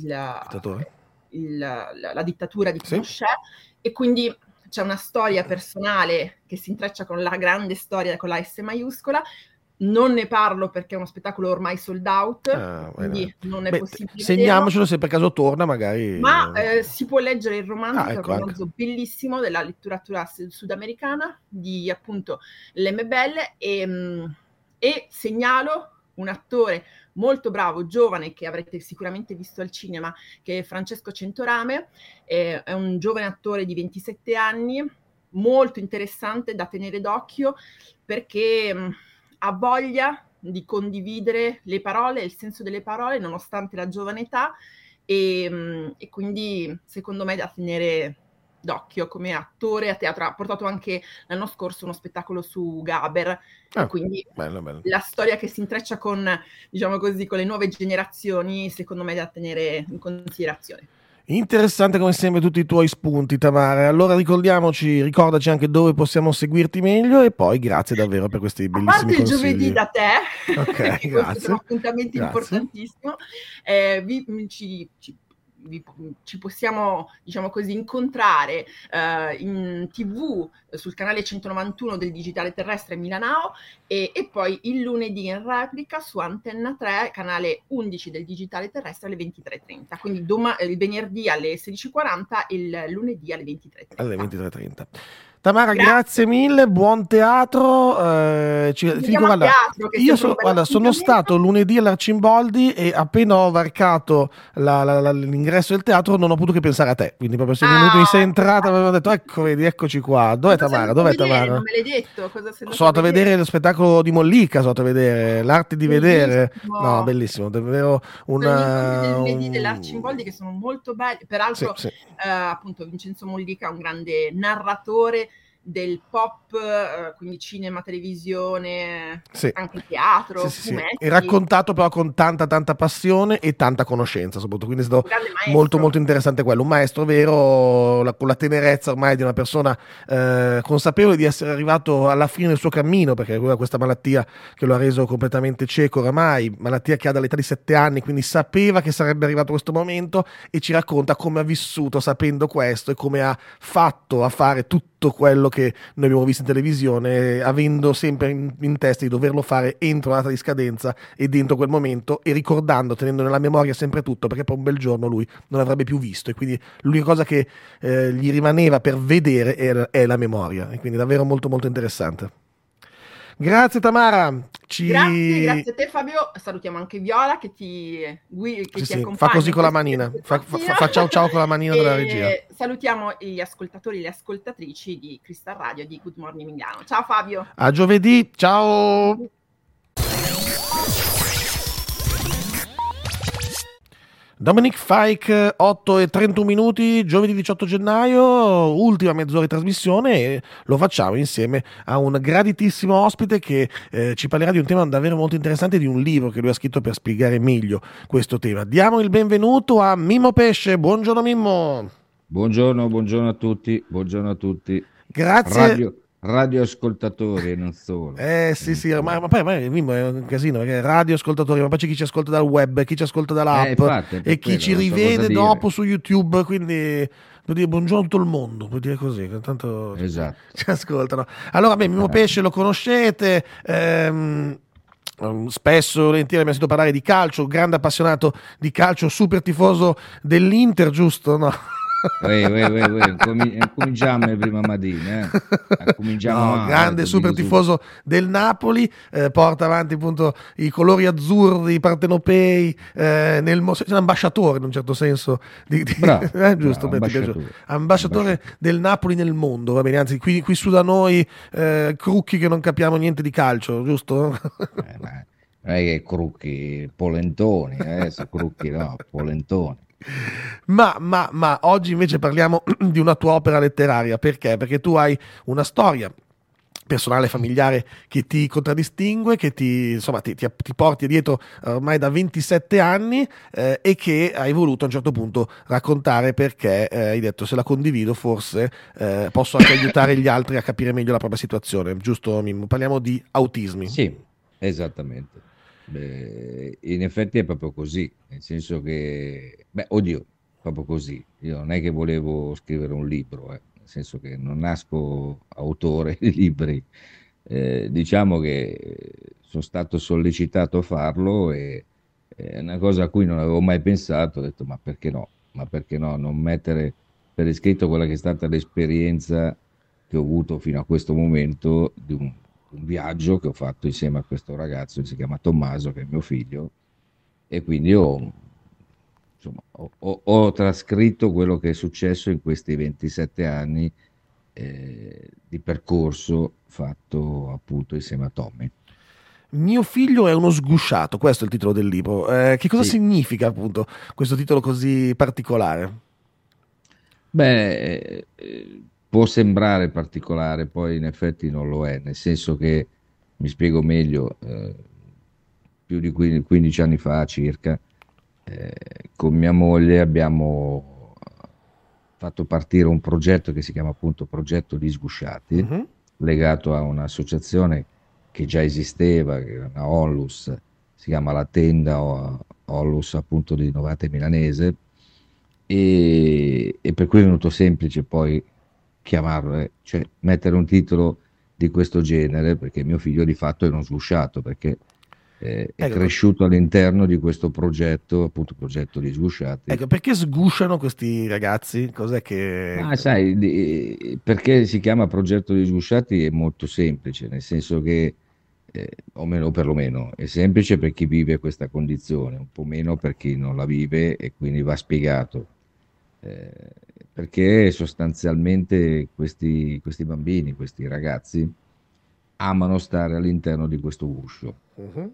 dittatura di Pinochet, e quindi c'è una storia personale che si intreccia con la grande storia con la S maiuscola. Non ne parlo perché è uno spettacolo ormai sold out, quindi non è possibile. Segniamocelo, se per caso torna magari. Ma si può leggere il romanzo, che è un romanzo bellissimo della letteratura sudamericana di appunto Lemebel, e segnalo un attore molto bravo, giovane, che avrete sicuramente visto al cinema, che è Francesco Centorame. È un giovane attore di 27 anni, molto interessante da tenere d'occhio, perché ha voglia di condividere le parole, il senso delle parole, nonostante la giovane età, e quindi secondo me da tenere d'occhio come attore a teatro. Ha portato anche l'anno scorso uno spettacolo su Gaber, quindi bello. La storia che si intreccia con, diciamo così, con le nuove generazioni, secondo me da tenere in considerazione. Interessante come sempre tutti i tuoi spunti, Tamara. Allora ricordaci anche dove possiamo seguirti meglio, e poi grazie davvero per questi bellissimi consigli. A parte il giovedì da te, ok, grazie. Sono appuntamenti importantissimo. Ci possiamo, diciamo così, incontrare in TV sul canale 191 del Digitale Terrestre Milanao, e poi il lunedì in replica su Antenna 3, canale 11 del Digitale Terrestre, alle 23:30. Quindi il venerdì alle 16:40 e il lunedì alle 23:30. Alle 23:30. Tamara, grazie mille, buon teatro. Sono stato lunedì all'Arcimboldi e appena ho varcato l'ingresso del teatro non ho potuto che pensare a te. Quindi proprio mi sei entrata e avevo detto eccoci qua. Dov'è Tamara? Non me l'hai detto. Sono andato a vedere lo spettacolo di Mollica, sono andato a vedere l'arte di vedere. No, bellissimo, davvero lunedì dell'Arcimboldi, che sono molto belli. Peraltro appunto Vincenzo Mollica è un grande narratore del pop, quindi cinema, televisione, anche teatro, fumetti. E raccontato però con tanta passione e tanta conoscenza, soprattutto, quindi è stato molto interessante quello, un maestro vero, con la tenerezza ormai di una persona consapevole di essere arrivato alla fine del suo cammino, perché aveva questa malattia che lo ha reso completamente cieco oramai, malattia che ha dall'età di 7 anni, quindi sapeva che sarebbe arrivato questo momento, e ci racconta come ha vissuto sapendo questo e come ha fatto a fare tutto quello che noi abbiamo visto in televisione, avendo sempre in testa di doverlo fare entro la data di scadenza e dentro quel momento, e ricordando, tenendo nella memoria sempre tutto, perché poi un bel giorno lui non avrebbe più visto, e quindi l'unica cosa che gli rimaneva per vedere è la memoria, e quindi davvero molto interessante. Grazie Tamara. Grazie a te Fabio. Salutiamo anche Viola che ti accompagna. Fa così con la manina. Fa ciao con la manina della regia. Salutiamo gli ascoltatori e le ascoltatrici di Cristal Radio di Good Morning Milano. Ciao Fabio. A giovedì. Ciao. Dominic Fike, 8:31, giovedì 18 gennaio, ultima mezz'ora di trasmissione, e lo facciamo insieme a un graditissimo ospite che ci parlerà di un tema davvero molto interessante, di un libro che lui ha scritto per spiegare meglio questo tema. Diamo il benvenuto a Mimmo Pesce. Buongiorno Mimmo. Buongiorno a tutti. Grazie. Radioascoltatori e non solo. Sì, ma poi Mimmo è un casino, perché radioascoltatori, ma poi c'è chi ci ascolta dal web, chi ci ascolta dall'app, e chi ci rivede dopo su YouTube, quindi puoi dire buongiorno a tutto il mondo, puoi dire così, tanto ci ascoltano. Allora, Mimmo Pesce lo conoscete, spesso volentieri abbiamo sentito parlare di calcio, grande appassionato di calcio, super tifoso dell'Inter, giusto? No? Cominciamo prima mattina, grande super tifoso del Napoli, porta avanti appunto i colori azzurri partenopei, sei un ambasciatore in un certo senso giusto, ambasciatore del Napoli nel mondo, va bene, anzi qui su da noi Crucchi che non capiamo niente di calcio, giusto? Non è che Crucchi, Polentoni, Crucchi no, Polentoni. Ma oggi invece parliamo di una tua opera letteraria. Perché? Perché tu hai una storia personale, familiare che ti contraddistingue, che insomma, ti porti dietro ormai da 27 anni e che hai voluto a un certo punto raccontare perché hai detto se la condivido forse posso anche aiutare gli altri a capire meglio la propria situazione, giusto Mimmo? Parliamo di autismi. Sì, esattamente. Beh, in effetti è proprio così, nel senso che, beh, oddio, proprio così. Io non è che volevo scrivere un libro, nel senso che non nasco autore di libri. Diciamo che sono stato sollecitato a farlo e è una cosa a cui non avevo mai pensato. Ho detto, ma perché no? Ma perché no? Non mettere per iscritto quella che è stata l'esperienza che ho avuto fino a questo momento di un viaggio che ho fatto insieme a questo ragazzo che si chiama Tommaso, che è mio figlio, e quindi insomma, ho trascritto quello che è successo in questi 27 anni di percorso fatto appunto insieme a Tommy. Mio figlio è uno sgusciato, questo è il titolo del libro. Che cosa Sì. significa appunto questo titolo così particolare? Beh, può sembrare particolare, poi in effetti non lo è, nel senso che, mi spiego meglio, più di 15 anni fa circa, con mia moglie abbiamo fatto partire un progetto che si chiama appunto Progetto Gli Sgusciati, Mhm. legato a un'associazione che già esisteva, che era una Onlus, si chiama La Tenda Onlus appunto di Novate Milanese, e per cui è venuto semplice poi chiamarlo, cioè mettere un titolo di questo genere, perché mio figlio di fatto è uno sgusciato, perché è Ecco, cresciuto all'interno di questo progetto, appunto Progetto di Sgusciati. ecco, perché sgusciano questi ragazzi? Cos'è che... Ma sai, perché si chiama Progetto di Sgusciati è molto semplice, nel senso che, o meno perlomeno, è semplice per chi vive questa condizione, un po' meno per chi non la vive e quindi va spiegato. Eh, Perché sostanzialmente questi bambini, questi ragazzi, amano stare all'interno di questo guscio Mhm.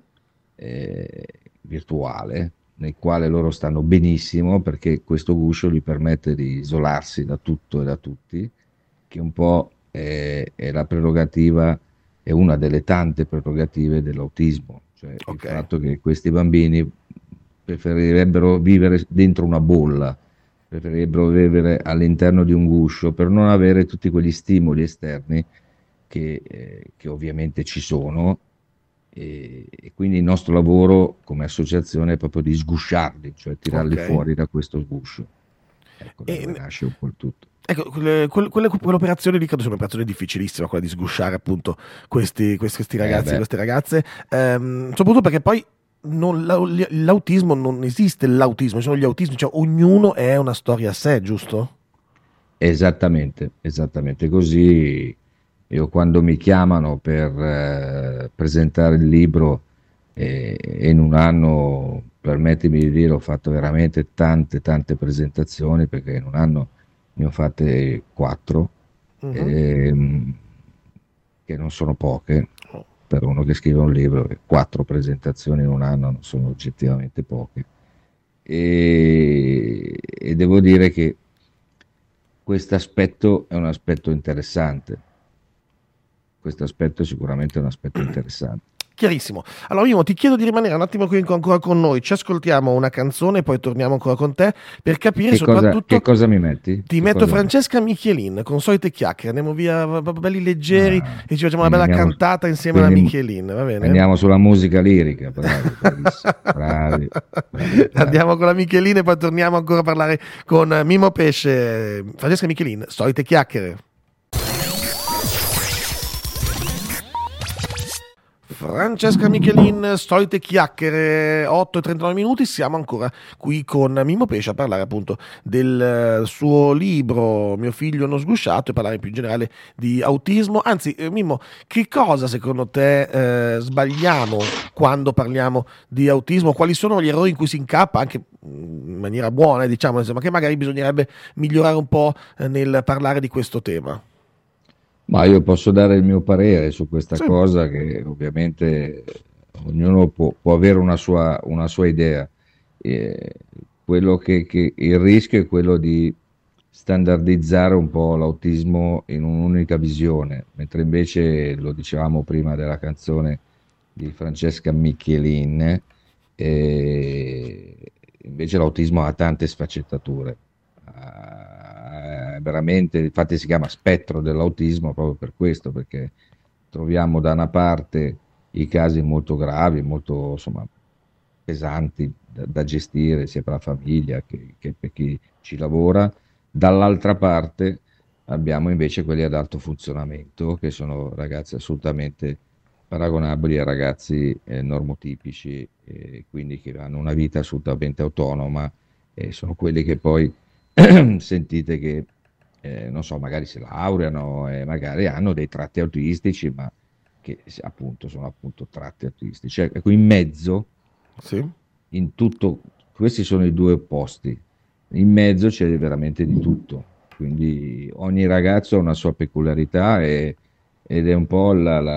virtuale, nel quale loro stanno benissimo perché questo guscio gli permette di isolarsi da tutto e da tutti, che un po' è la prerogativa, è una delle tante prerogative dell'autismo, cioè il Ok. fatto che questi bambini preferirebbero vivere dentro una bolla, preferirebbero vivere all'interno di un guscio per non avere tutti quegli stimoli esterni che ovviamente ci sono, e quindi il nostro lavoro come associazione è proprio di sgusciarli, cioè tirarli Ok. fuori da questo sguscio. Ecco da E, dove nasce un po' il tutto. ecco, quell'operazione lì credo sia un'operazione difficilissima, quella di sgusciare appunto questi ragazzi e Beh, queste ragazze, soprattutto perché poi l'autismo non esiste l'autismo, ci sono gli autismi, cioè ognuno è una storia a sé, giusto? esattamente così. Io quando mi chiamano per presentare il libro, e in un anno, permettimi di dire, ho fatto veramente tante presentazioni, perché in un anno ne ho fatte 4, Mhm. che non sono poche Oh. per uno che scrive un libro. 4 presentazioni in un anno non sono oggettivamente poche. E devo dire che questo aspetto è un aspetto interessante. Questo aspetto è sicuramente un aspetto interessante. Chiarissimo. Allora io ti chiedo di rimanere un attimo qui ancora con noi, ci ascoltiamo una canzone e poi torniamo ancora con te per capire Che soprattutto... cosa mi metti? Ti Che metto cosa? Francesca Michelin con solite chiacchiere, andiamo via belli leggeri Ah, e ci facciamo una quindi bella andiamo, cantata insieme alla quindi Michelin, va bene? andiamo sulla musica lirica, bravi, bravissimi, bravi. Andiamo con la Michelin e poi torniamo ancora a parlare con Mimo Pesce. Francesca Michelin, solite chiacchiere. Francesca Michelin, solite chiacchiere, 8:39 minuti, siamo ancora qui con Mimmo Pesce a parlare appunto del suo libro Mio figlio non sgusciato e parlare più in generale di autismo. Anzi, Mimmo, che cosa secondo te sbagliamo quando parliamo di autismo? Quali sono gli errori in cui si incappa, anche in maniera buona, diciamo, insomma, che magari bisognerebbe migliorare un po' nel parlare di questo tema? Ma io posso dare il mio parere su questa Sì. cosa, che ovviamente ognuno può avere una sua idea. il rischio è quello di standardizzare un po' l'autismo in un'unica visione, mentre invece, lo dicevamo prima della canzone di Francesca Michelin, invece l'autismo ha tante sfaccettature. Veramente, infatti si chiama spettro dell'autismo proprio per questo, perché troviamo da una parte i casi molto gravi, molto insomma pesanti da gestire sia per la famiglia che per chi ci lavora, dall'altra parte abbiamo invece quelli ad alto funzionamento, che sono ragazzi assolutamente paragonabili a ragazzi normotipici, quindi che hanno una vita assolutamente autonoma, e sono quelli che poi sentite che non so, magari si laureano e magari hanno dei tratti autistici, ma che appunto sono appunto tratti autistici. Ecco, in mezzo, Sì. in tutto, questi sono i due opposti. In mezzo c'è veramente di tutto. Quindi ogni ragazzo ha una sua peculiarità ed è un po'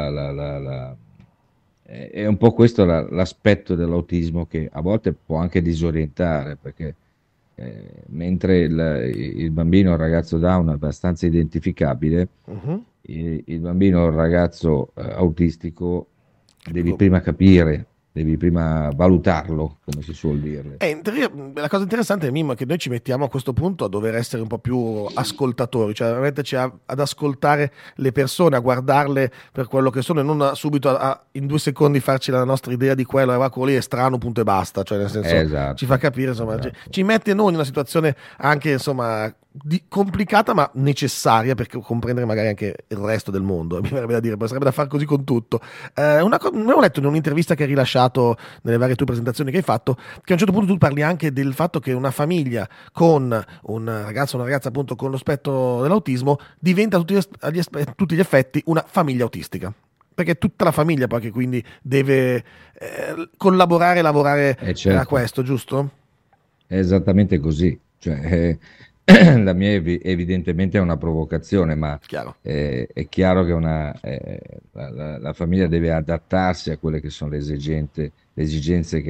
è un po' questo l'aspetto dell'autismo che a volte può anche disorientare, perché mentre il bambino o il ragazzo Down è abbastanza identificabile, Mhm. il bambino o il ragazzo autistico devi Come- prima capire, devi prima valutarlo, come si suol dire. In teoria, la cosa interessante è, Mimmo, che noi ci mettiamo a questo punto a dover essere un po' più ascoltatori, cioè a metterci ad ascoltare le persone, a guardarle per quello che sono e non subito in 2 secondi farci la nostra idea di quello, quello lì è strano, punto e basta, cioè nel senso Esatto, ci fa capire, insomma, esatto. ci mette noi in una situazione anche, insomma, complicata ma necessaria per comprendere magari anche il resto del mondo, mi verrebbe da dire, poi sarebbe da fare così con tutto. Avevo letto in un'intervista che hai rilasciato nelle varie tue presentazioni che hai fatto, che a un certo punto tu parli anche del fatto che una famiglia con un ragazzo o una ragazza appunto con lo spettro dell'autismo diventa a tutti gli effetti una famiglia autistica. Perché tutta la famiglia poi che quindi deve collaborare e lavorare a Certo, questo, giusto? è esattamente così. Cioè, la mia evidentemente è una provocazione, ma Chiaro. è chiaro che la famiglia deve adattarsi a quelle che sono le esigenze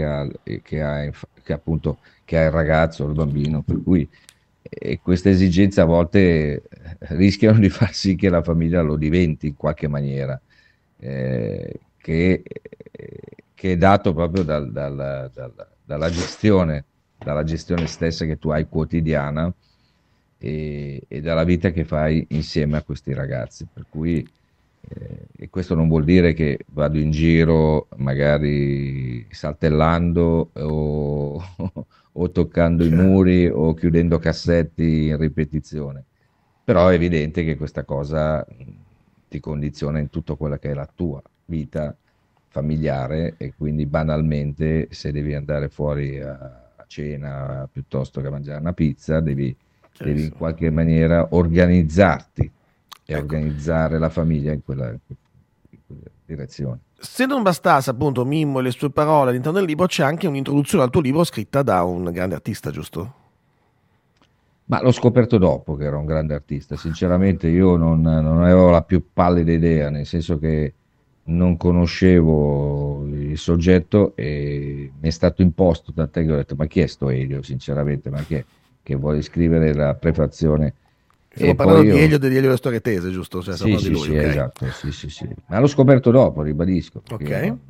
che ha il ragazzo o il bambino, per cui queste esigenze a volte rischiano di far sì che la famiglia lo diventi in qualche maniera, che è dato proprio dalla gestione stessa che tu hai quotidiana e dalla vita che fai insieme a questi ragazzi. Per cui, e questo non vuol dire che vado in giro magari saltellando o toccando i muri o chiudendo cassetti in ripetizione, però è evidente che questa cosa ti condiziona in tutto quello che è la tua vita familiare, e quindi banalmente se devi andare fuori a cena piuttosto che a mangiare una pizza, devi in qualche maniera organizzarti e Ecco. organizzare la famiglia in quella direzione. Se non bastasse appunto Mimmo e le sue parole all'interno del libro, c'è anche un'introduzione al tuo libro scritta da un grande artista, giusto? Ma l'ho scoperto dopo che era un grande artista, sinceramente io non avevo la più pallida idea, nel senso che non conoscevo il soggetto e mi è stato imposto, tant'è che ho detto ma chi è sto Elio, sinceramente, ma che vuole scrivere la prefazione? Stiamo E parlando poi di io... Elio delle Storie Tese, giusto? Cioè, stiamo Sì, parlando sì, di lui, sì, ok. esatto, sì. Ma l'ho scoperto dopo, ribadisco, perché Ok. io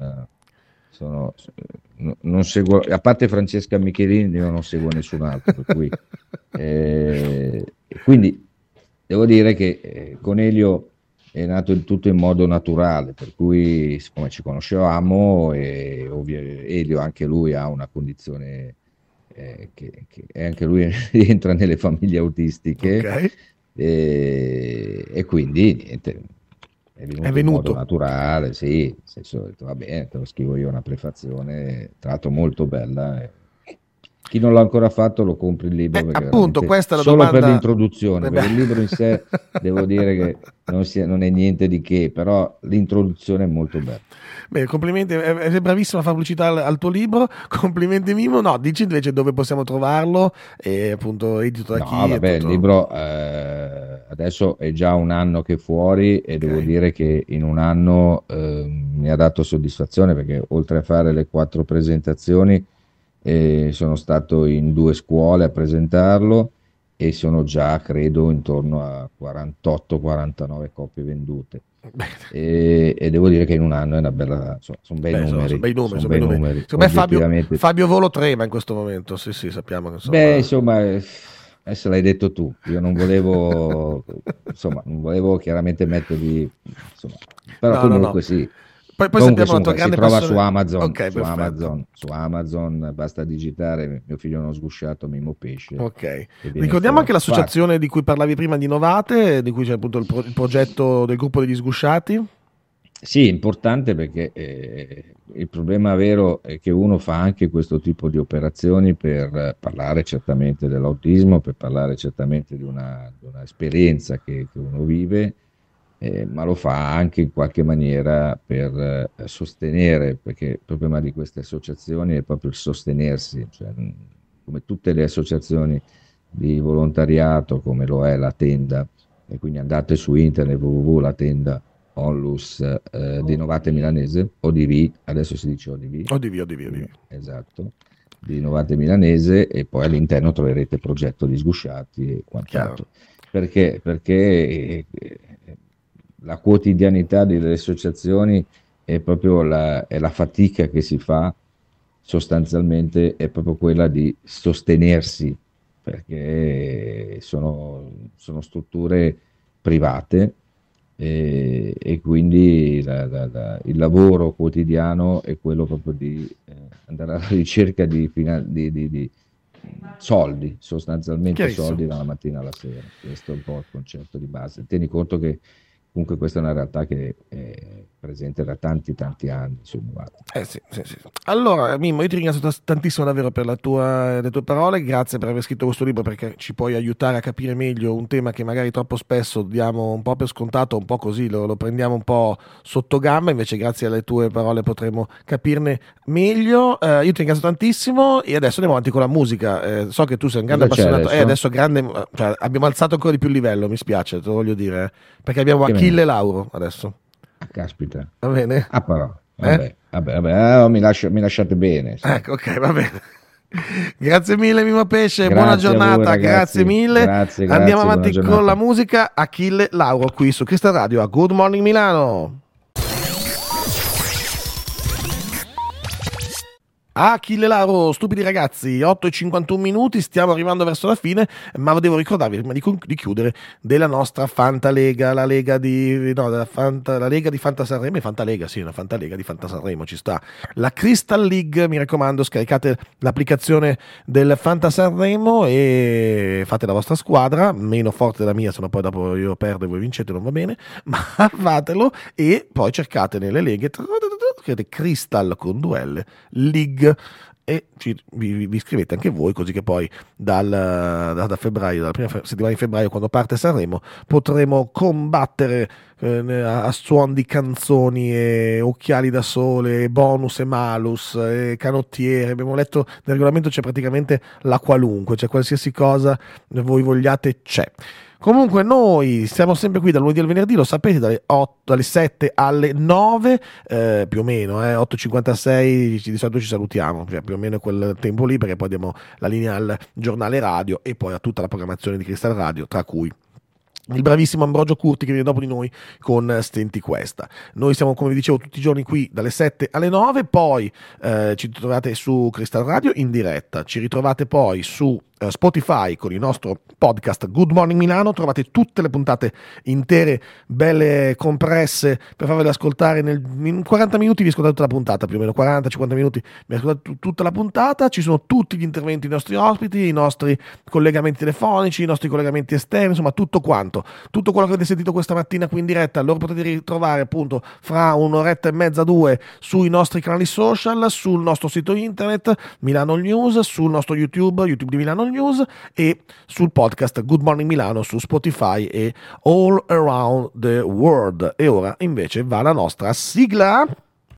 non seguo, a parte Francesca Michelin, io non seguo nessun altro, per cui quindi devo dire che con Elio è nato il tutto in modo naturale, per cui siccome ci conoscevamo e Elio anche lui ha una condizione che anche lui rientra nelle famiglie autistiche, Ok. e quindi niente, è venuto in modo venuto. naturale, sì, nel senso, ho detto, va bene, te lo scrivo io una prefazione, tra l'altro molto bella. Chi non l'ha ancora fatto lo compri il libro, perché Appunto, veramente questa è la solo domanda. per l'introduzione, Beh. perché il libro in sé devo dire che non è niente di che, però l'introduzione è molto bella. Beh, complimenti, è bravissimo a fare pubblicità al tuo libro, complimenti Mimo. No, dici invece dove possiamo trovarlo e appunto edito da No, chi? vabbè, il libro adesso è già un anno che è fuori e devo dire che in un anno mi ha dato soddisfazione, perché oltre a fare le 4 presentazioni sono stato in 2 scuole a presentarlo e sono già, credo, intorno a 48-49 copie vendute. E devo dire che in un anno è una bella, sono bei numeri. Sono bei numeri, Sono bei numeri. Secondo me Oggettivamente. Fabio Volo trema in questo momento, sì, sappiamo che insomma... Beh, insomma, adesso l'hai detto tu, io non volevo, insomma, non volevo chiaramente mettergli, insomma, però No. comunque sì. Poi Comunque sappiamo la tua si grande trova passione. su Amazon, Ok, su perfetto. Amazon, su Amazon, basta digitare mio figlio è uno sgusciato Mimo Pesce. Ok, e viene ricordiamo anche fuori. l'associazione di cui parlavi prima di Novate, di cui c'è appunto il progetto del gruppo degli sgusciati. Sì, è importante perché il problema vero è che uno fa anche questo tipo di operazioni per parlare certamente dell'autismo, per parlare certamente di una esperienza che uno vive, ma lo fa anche in qualche maniera per sostenere, perché il problema di queste associazioni è proprio il sostenersi, cioè, come tutte le associazioni di volontariato, come lo è la tenda, e quindi andate su internet www.latenda Onlus di Novate Milanese, ODV, adesso si dice ODV. ODV. Esatto, di Novate Milanese, e poi all'interno troverete progetto di sgusciati e quant'altro. Perché la quotidianità delle associazioni è proprio è la fatica che si fa, sostanzialmente è proprio quella di sostenersi, perché sono strutture private e quindi il lavoro quotidiano è quello proprio di andare alla ricerca di soldi, sostanzialmente soldi dalla mattina alla sera. Questo è un po' il concetto di base. Tieni conto che comunque questa è una realtà che è presente da tanti anni su Novate. Sì. Allora Mimmo, io ti ringrazio tantissimo davvero per le tue parole, grazie per aver scritto questo libro, perché ci puoi aiutare a capire meglio un tema che magari troppo spesso diamo un po' per scontato, un po' così lo prendiamo un po' sotto gamba, invece grazie alle tue parole potremo capirne meglio. Io ti ringrazio tantissimo e adesso andiamo avanti con la musica. So che tu sei un grande appassionato adesso cioè, abbiamo alzato ancora di più il livello, mi spiace, te lo voglio dire, perché abbiamo Achille Lauro adesso. Caspita. Va bene? Però vabbè, mi lasciate bene. Ecco, ok, va bene. Grazie mille Mimmo Pesce, grazie buona giornata, voi, grazie mille. Grazie, andiamo avanti con la musica. Achille Lauro qui su Crystal Radio a Good Morning Milano. Achille Lauro, stupidi ragazzi, 8:51, stiamo arrivando verso la fine, ma devo ricordarvi prima di chiudere della nostra Fantalega, la Lega di Fanta Sanremo, e Fantalega, sì, una Fantalega di Fanta Sanremo, ci sta. La Crystal League, mi raccomando, scaricate l'applicazione del Fanta Sanremo e fate la vostra squadra, meno forte della mia, se no poi dopo io perdo e voi vincete, non va bene, ma fatelo e poi cercate nelle leghe Crystal con 2L League e vi iscrivete anche voi, così che poi da febbraio, dalla prima settimana di febbraio, quando parte Sanremo, potremo combattere a suon di canzoni e occhiali da sole, bonus e malus e canottiere. Abbiamo letto nel regolamento, c'è praticamente la qualunque, cioè qualsiasi cosa voi vogliate c'è. Comunque noi siamo sempre qui dal lunedì al venerdì, lo sapete, dalle 7 alle 9, più o meno, 8:56 di solito ci salutiamo, cioè più o meno quel tempo lì, perché poi diamo la linea al giornale radio e poi a tutta la programmazione di Crystal Radio, tra cui il bravissimo Ambrogio Curti che viene dopo di noi con Stenti Questa. Noi siamo, come vi dicevo, tutti i giorni qui dalle 7 alle 9, poi ci trovate su Crystal Radio in diretta, ci ritrovate poi su Spotify con il nostro podcast Good Morning Milano, trovate tutte le puntate intere, belle compresse per farvele ascoltare in 40 minuti, vi ascoltate tutta la puntata, più o meno 40-50 minuti vi ascoltate tutta la puntata, ci sono tutti gli interventi dei nostri ospiti, i nostri collegamenti telefonici, i nostri collegamenti esterni, insomma tutto quanto, tutto quello che avete sentito questa mattina qui in diretta lo potete ritrovare appunto fra un'oretta e mezza, 2 sui nostri canali social, sul nostro sito internet Milano News, sul nostro YouTube di Milano News e sul podcast Good Morning Milano su Spotify e All Around the World. E ora invece va la nostra sigla.